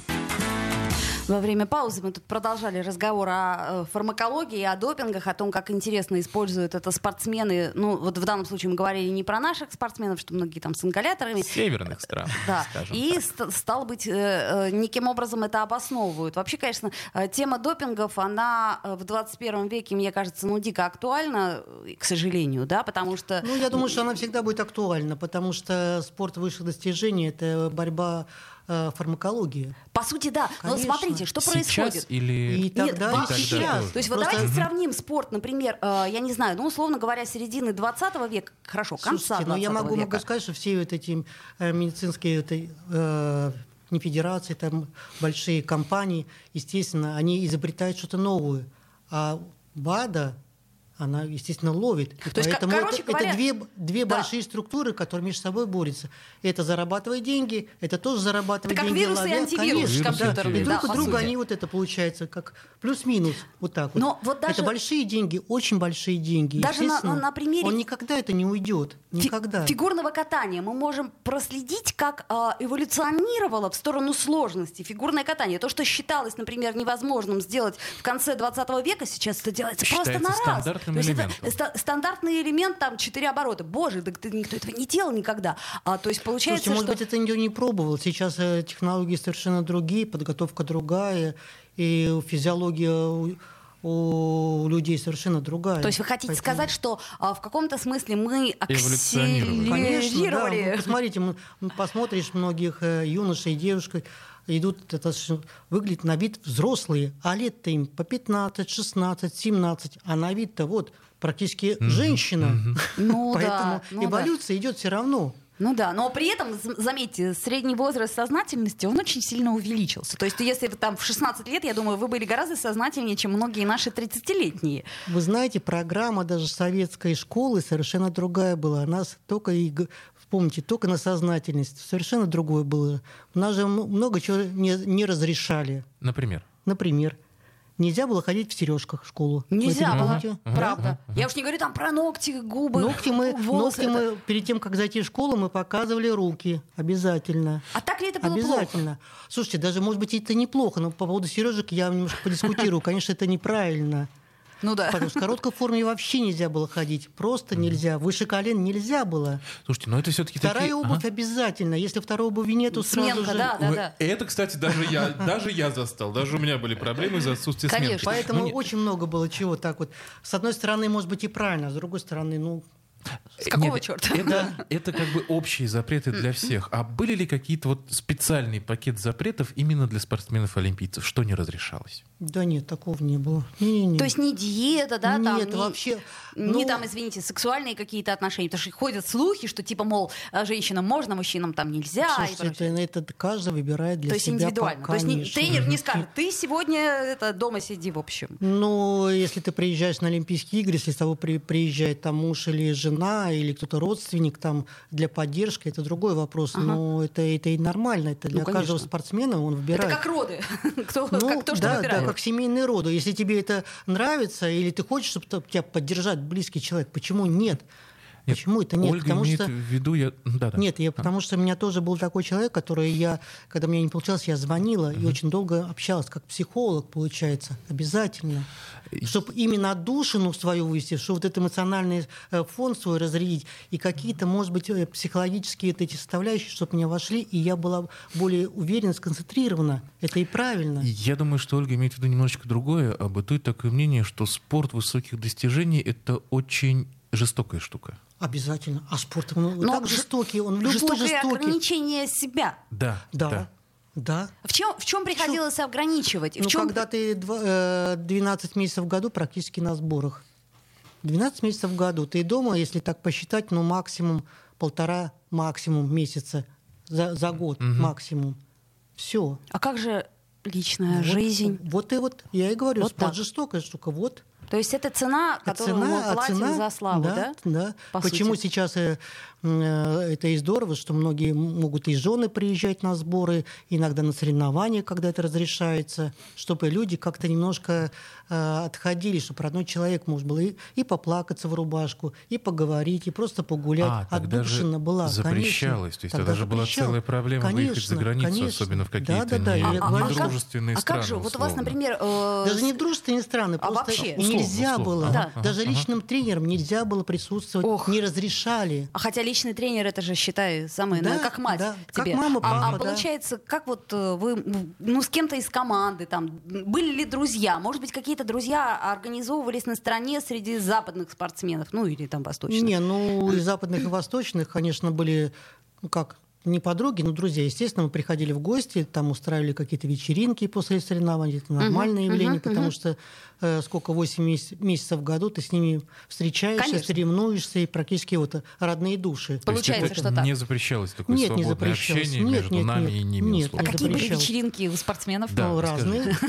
Во время паузы мы тут продолжали разговор о э, фармакологии, о допингах, о том, как интересно используют это спортсмены. Ну, вот в данном случае мы говорили не про наших спортсменов, что многие там с ингаляторами. Северных стран, Да, скажем и так. ст- стало быть, э, э, неким образом это обосновывают. Вообще, конечно, э, тема допингов, она э, в двадцать первом веке, мне кажется, ну, дико актуальна, э, к сожалению, да, потому что... Ну, я думаю, что она всегда будет актуальна, потому что спорт высших достижений – это борьба э, фармакологии. По сути, да. Но Конечно. смотрите, что Сейчас происходит. или... И тогда, Нет, и вообще. сейчас. То есть вот Просто- давайте сравним спорт, например, э, я не знаю, ну, условно говоря, середины двадцатого века, хорошо, конца Слушайте, но я двадцатого могу, века. могу сказать, что все вот эти э, медицинские вот, э, не федерации, там большие компании, естественно, они изобретают что-то новое. А БАДа, она, естественно, ловит. И То есть, поэтому короче это, говоря, это две, две да. большие структуры, которые между собой борются. Это зарабатывает деньги, это тоже зарабатывает Это как деньги. вирус и ловя. антивирус Конечно, компьютерный, И да, друг по у друга сути. они вот это получается как плюс-минус вот так вот. Но вот даже- Это большие деньги, очень большие деньги. Даже на- Естественно, на- на примере- он никогда это не уйдет. Фи- Никогда. Фигурного катания мы можем проследить, как а, эволюционировало в сторону сложности фигурное катание. То, что считалось, например, невозможным сделать в конце двадцатого века, сейчас это делается просто Считается на раз. стандартным То есть это элементом. ста- стандартный элемент, там, четыре оборота. Боже, да ты- никто этого не делал никогда. А, то есть получается, Слушайте, может что... быть, это никто не пробовал. Сейчас э, технологии совершенно другие, подготовка другая, и физиология у, у людей совершенно другая. То есть вы хотите Поэтому- сказать, что а, в каком-то смысле мы Эволюционировали. Конечно, да. акселерировали? Ну, посмотрите, м- м- посмотришь многих э, юношей и девушек, идут, это ж выглядят на вид взрослые, а лет-то им по пятнадцать, шестнадцать, семнадцать, а на вид-то вот практически женщина. Ну да, Поэтому ну да. эволюция идет все равно. Ну да, но при этом, з- заметьте, средний возраст сознательности, он очень сильно увеличился. То есть если вы там в шестнадцать лет, я думаю, вы были гораздо сознательнее, чем многие наши тридцатилетние. Вы знаете, программа даже советской школы совершенно другая была. Нас только и г- вспомните, только на сознательность. Совершенно другое было. У нас же м- много чего не, не разрешали. Например? Например, нельзя было ходить в сережках в школу. Вы Нельзя это не было, помните? правда. Я уж не говорю там про ногти, губы, Ногти мы, волосы. ногти это- мы перед тем, как зайти в школу, мы показывали руки. Обязательно. А так ли это было Обязательно. плохо? Слушайте, даже, может быть, это неплохо, но по поводу сережек я немножко подискутирую. Конечно, это неправильно. Ну да. Потому что в короткой форме вообще нельзя было ходить. Просто нельзя. Выше колен нельзя было. Слушайте, но это все-таки Вторая такие... обувь Ага. обязательно. Если второй обуви нету, сразу Сменка, же... да, да, Ой, да. Это, кстати, даже я, даже я застал. Даже у меня были проблемы из-за отсутствия Конечно. сменки. Поэтому Ну, нет. очень много было чего так вот. С одной стороны, может быть, и правильно, а с другой стороны, ну... С какого Нет, черта? Это, это как бы общие запреты для всех. А были ли какие-то вот специальный пакет запретов именно для спортсменов-олимпийцев? Что не разрешалось? Да нет, такого не было. Не-не-не. То есть не диета, да, там, Нет, не, вообще, не ну- там, извините, сексуальные какие-то отношения. Потому что ходят слухи, что типа, мол, а, женщинам можно, мужчинам там нельзя. и Слушайте, прочее. это, это каждый выбирает для То есть себя. индивидуально. по- То есть не- конечно. тренер не скажет, ты сегодня это, дома сиди, в общем. Ну, если ты приезжаешь на Олимпийские игры, если с тобой при- приезжает там муж или жена, или кто-то родственник там для поддержки, это другой вопрос. Ага. Но это, это и нормально. Это для Ну, конечно. каждого спортсмена он выбирает. Это как роды. Кто, Ну, как, кто что да, выбирает. да, как семейный род. Если тебе это нравится, или ты хочешь, чтобы т- тебя поддержать близкий человек, почему нет? Нет, Почему это нет? Ольга Потому имеет что... в виду... Я... Да, да. Нет, я, А. потому что у меня тоже был такой человек, который я, когда мне не получалось, я звонила и очень долго общалась, как психолог, получается, обязательно. Чтобы именно отдушину свою вывести, чтобы вот этот эмоциональный э, фон свой разрядить, и какие-то, может быть, э, психологические вот эти составляющие, чтобы меня вошли, и я была более уверена, сконцентрирована. Это и правильно. Я думаю, что Ольга имеет в виду немножечко другое. А бытует такое мнение, что спорт высоких достижений — это очень жестокая штука. Обязательно. А спорт, он Но так жестокий, он любой Жестокое жестокий. ограничение себя. Да, Да. да. Да. В чем, в чем приходилось ограничивать? В Ну, чем... когда ты два- э, двенадцать месяцев в году практически на сборах. двенадцать месяцев в году. Ты дома, если так посчитать, ну, максимум полтора максимум месяца за, за год максимум. Все. А как же личная жизнь? Вот, вот и вот, я и говорю, Вот спорт так. жестокая штука. Вот. То есть это цена, А которую мы а платим цена- за славу, да? Да, да. По Почему сути. сейчас э, э, это и здорово, что многие могут и жены приезжать на сборы, иногда на соревнования, когда это разрешается, чтобы люди как-то немножко э, отходили, чтобы родной человек может был и, и поплакаться в рубашку, и поговорить, и просто погулять. А, тогда же Отдушина была, запрещалось. конечно. То есть Тогда тогда же была запрещалось. целая проблема выехать за Конечно, границу, конечно. особенно в какие-то Да, да, да, не- я говорю, что- недружественные а страны. как же, вот у вас, условно. например, э, Даже не дружественные страны, А просто вообще? нельзя Условно, было. условно. Да. Ага, Даже ага. личным тренерам нельзя было присутствовать, Ох. не разрешали. А хотя личный тренер, это же, считай, самое, Да, ну, как мать да, как тебе. мама, а, папа, а да. получается, как вот э, вы, ну, с кем-то из команды, там, были ли друзья? Может быть, какие-то друзья организовывались на стороне среди западных спортсменов, ну, или там восточных? Не, ну и западных, и восточных, конечно, были, ну как, не подруги, но друзья. Естественно, мы приходили в гости, там устраивали какие-то вечеринки после соревнований. Это нормальное Мгм, явление, мгм, потому мгм. что э, сколько, восемь месяцев в году ты с ними встречаешься, Конечно. соревнуешься, и практически вот родные души. То есть Получается, это что так. не запрещалось такое Нет, не свободное запрещалось. общение Нет, между нет, нами нет. и ними. Нет, условно. А какие были запрещалось. вечеринки у спортсменов? Да, Ну, расскажи. разные.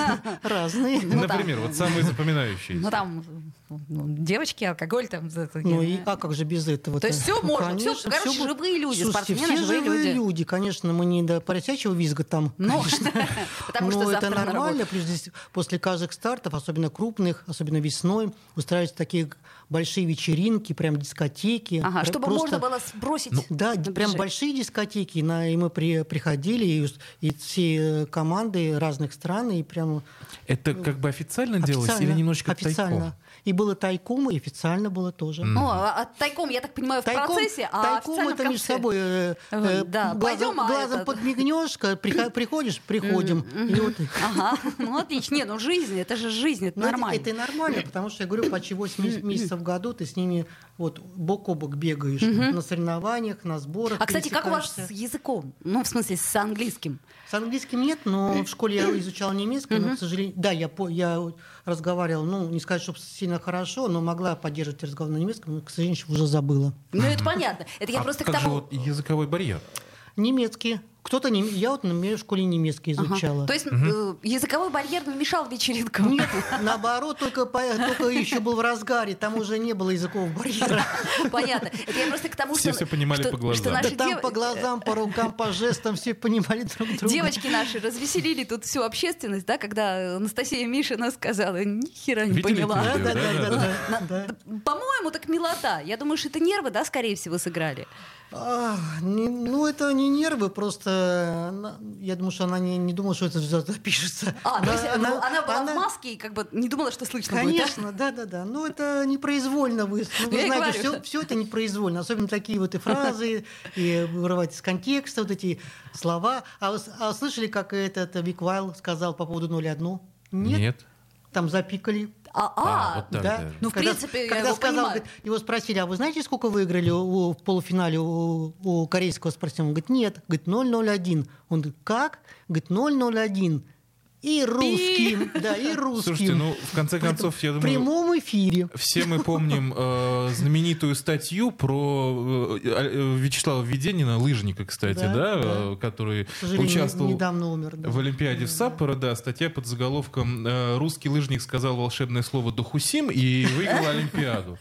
Разные. Ну, там. Например, вот самые запоминающиеся. Ну, там, ну, девочки, алкоголь, там... это, Ну я- и а как же без этого? То есть всё можно, всё, Конечно, короче, всё будет. живые люди, Слушайте, спортсмены, все живые люди. Конечно, мы не до поросячьего визга там. Ну, потому что Но завтра это на нормально. работу. Плюс здесь после каждых стартов, особенно крупных, особенно весной, устраиваются такие большие вечеринки, прям дискотеки. Ага, Пр- чтобы просто- можно было сбросить Да, прям напряжение. большие дискотеки. На, и мы при, приходили, и, ус- и все э, команды разных стран, и прям Это как бы официально делалось или официально. немножечко официально. тайком? И было тайком, и официально было тоже. Ну, а а тайком, я так понимаю, в Тайком, процессе, а тайком официально это в между конце. собой. э, э, Да, глазом пойдем, а глазом это- подмигнешь, ка- прихо- приходишь, приходим. И вот- Ага, ну отлично. Не, ну жизнь, это же жизнь, это Ну, это- нормально. Это, и нормально, потому что я говорю, почти восемь месяцев в году ты с ними вот бок о бок бегаешь на соревнованиях, на сборах. А, кстати, как у вас с пересекаешься. языком? Ну, в смысле, с английским. С английским нет, но в школе я изучала немецкий, но, к сожалению, да, я, по- я разговаривала, ну, не сказать, чтобы сильно хорошо, но могла поддерживать разговор на немецком, но, к сожалению, уже забыла. Ну, это понятно. Это я А просто к как же тому... вот языковой барьер? Немецкий. Кто-то, не, я вот, например, в школе немецкий Ага. изучала. То есть э, языковой барьер не мешал вечеринкам? Нет, наоборот, только, по- только еще был в разгаре, там уже не было языкового барьера. Понятно. Это я просто к тому, Все что... всё понимали что- по глазам. что Да наши Да там дев- по глазам, по рукам, по жестам все понимали друг друга. Девочки наши развеселили тут всю общественность, да, когда Анастасия Мишина сказала, ни хера не Видели поняла. это видео? Да, да, да, да, да, да. По-моему, так милота. Я думаю, что это нервы, да, скорее всего, сыграли. А, не- ну, это не нервы, просто она- я думаю, что она не, не думала, что это запишется. А, то есть э, Она- ну, она была она- в маске и как бы не думала, что слышно будет, Конечно, да, да, да. Ну, это непроизвольно. Вы, ну, вы Я и знаете, говорю. все, все это непроизвольно. Особенно такие вот и фразы, и вырывать из контекста вот эти слова. А вы, с- а вы слышали, как этот Вик Вайл сказал по поводу ноль один? Нет. Нет. Там запикали. А, А, а, вот так Да. даже. Ну, в Когда- принципе, я когда его сказал, понимаю. говорит, его спросили, а вы знаете, сколько выиграли у- в полуфинале у, у корейского спортсмена? Он говорит, нет. Говорит, ноль ноль один. Он говорит, как? Говорит, ноль ноль один. И русским. Да, и русским. Слушайте, ну, в конце концов, я В думаю... прямом эфире. Все мы помним э, знаменитую статью про э, э, Вячеслава Веденина, лыжника, кстати, Да, да, да. э, который К сожалению, участвовал недавно умер. Да. в Олимпиаде в Саппоро, да, статья под заголовком э, «Русский лыжник сказал волшебное слово Дохусим и выиграл Олимпиаду».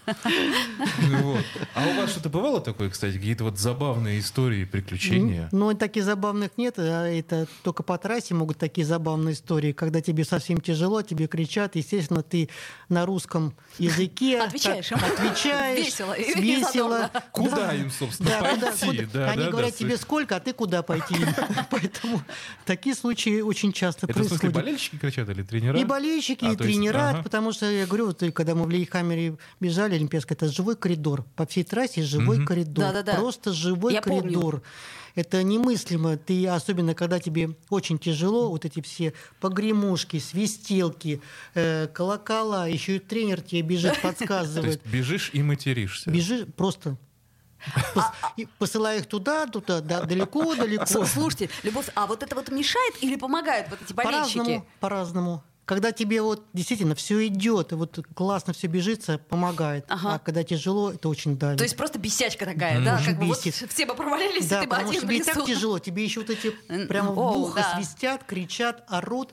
Вот. А у вас что-то бывало такое, кстати, какие-то вот забавные истории, приключения? Ну, таких забавных нет, а это только по трассе могут такие забавные истории истории, когда тебе совсем тяжело, тебе кричат, естественно, ты на русском языке отвечаешь, так, отвечаешь весело, весело. Куда да. им, собственно, да, пойти? Куда, куда? Да, Они да, говорят да, тебе сколько, а ты куда пойти? Поэтому такие случаи очень часто Это в смысле происходят. болельщики кричат или тренера? И болельщики, А, и то есть, тренера, ага. потому что, я говорю, вот, когда мы в Лейхаммере бежали, Олимпийская, это живой коридор. По всей трассе живой Мгм. коридор. Да-да-да. Просто живой Я коридор. помню. Это немыслимо. Ты, особенно когда тебе очень тяжело, вот эти все погремушки, свистелки, э, колокола, еще и тренер тебе бежит, То подсказывает. есть бежишь и материшься. Бежишь просто. Пос- и посылая их туда, туда, да, далеко, далеко. С- Слушайте, Любовь, а вот это вот мешает или помогает вот эти болельщики? По-разному, по-разному. Когда тебе вот действительно все идет, и вот классно все бежится, помогает. Ага. А когда тяжело, это очень давит. То есть просто бесячка такая, Мгм. да? Очень Как бы вот бесит. все бы провалились, да, и ты бы потому один что в тебе и так лесу. тяжело, тебе еще вот эти М, прямо в о, ухо да. свистят, кричат, орут.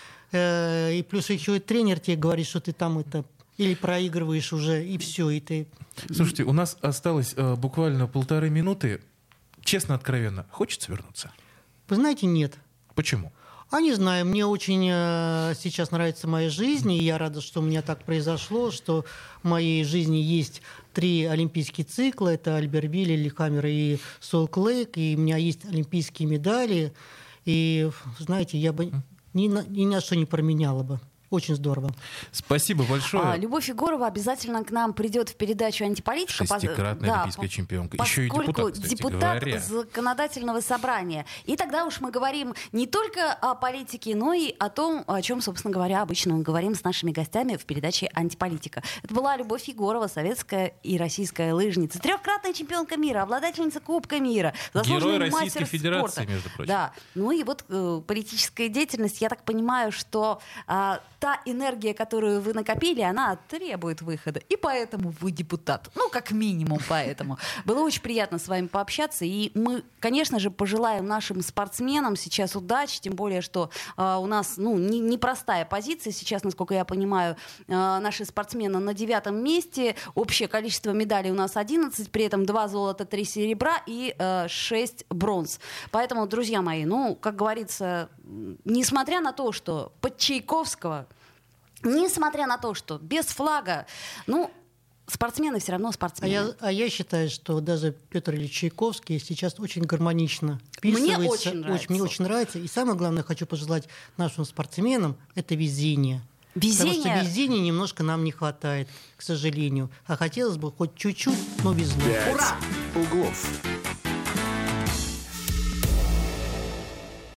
Э, И плюс еще и тренер тебе говорит, что ты там это или проигрываешь уже, и все, и ты... Слушайте, у нас осталось э, буквально полторы минуты. Честно, откровенно, хочется вернуться? Вы знаете, нет. Почему? А не знаю, мне очень э, сейчас нравится моя жизнь, и я рада, что у меня так произошло, что в моей жизни есть три олимпийские цикла, это Альбервиль, Лillehammer и Солт-Лейк, и у меня есть олимпийские медали, и, знаете, я бы ни на, ни на что не променяла бы. Очень здорово. Спасибо большое. А, Любовь Егорова обязательно к нам придет в передачу «Антиполитика». Шестикратная Да, олимпийская по- чемпионка. Поскольку Еще и депутат, кстати депутат говоря. законодательного собрания. И тогда уж мы говорим не только о политике, но и о том, о чем, собственно говоря, обычно мы говорим с нашими гостями в передаче «Антиполитика». Это была Любовь Егорова, советская и российская лыжница, трехкратная чемпионка мира, обладательница Кубка мира, заслуженный Герой Российской мастер Федерации, спорта. между прочим. Да. Ну и вот э, политическая деятельность, я так понимаю, что а, та энергия, которую вы накопили, она требует выхода. И поэтому вы депутат. Ну, как минимум поэтому. Было очень приятно с вами пообщаться. И мы, конечно же, пожелаем нашим спортсменам сейчас удачи, тем более, что э, у нас ну, не, непростая позиция. Сейчас, насколько я понимаю, э, наши спортсмены на девятом месте. Общее количество медалей у нас одиннадцать, при этом два золота, три серебра и э, шесть бронз. Поэтому, друзья мои, ну, как говорится, несмотря на то, что под Чайковского, несмотря на то, что без флага, ну, спортсмены все равно А спортсмены. я, а я считаю, что даже Петр Ильич Чайковский сейчас очень гармонично вписывается. Мне очень нравится. Мне очень нравится. И самое главное, хочу пожелать нашим спортсменам — это везение. Везение. Потому что везения немножко нам не хватает, к сожалению. А хотелось бы хоть чуть-чуть, но везло. «Пять Ура! углов».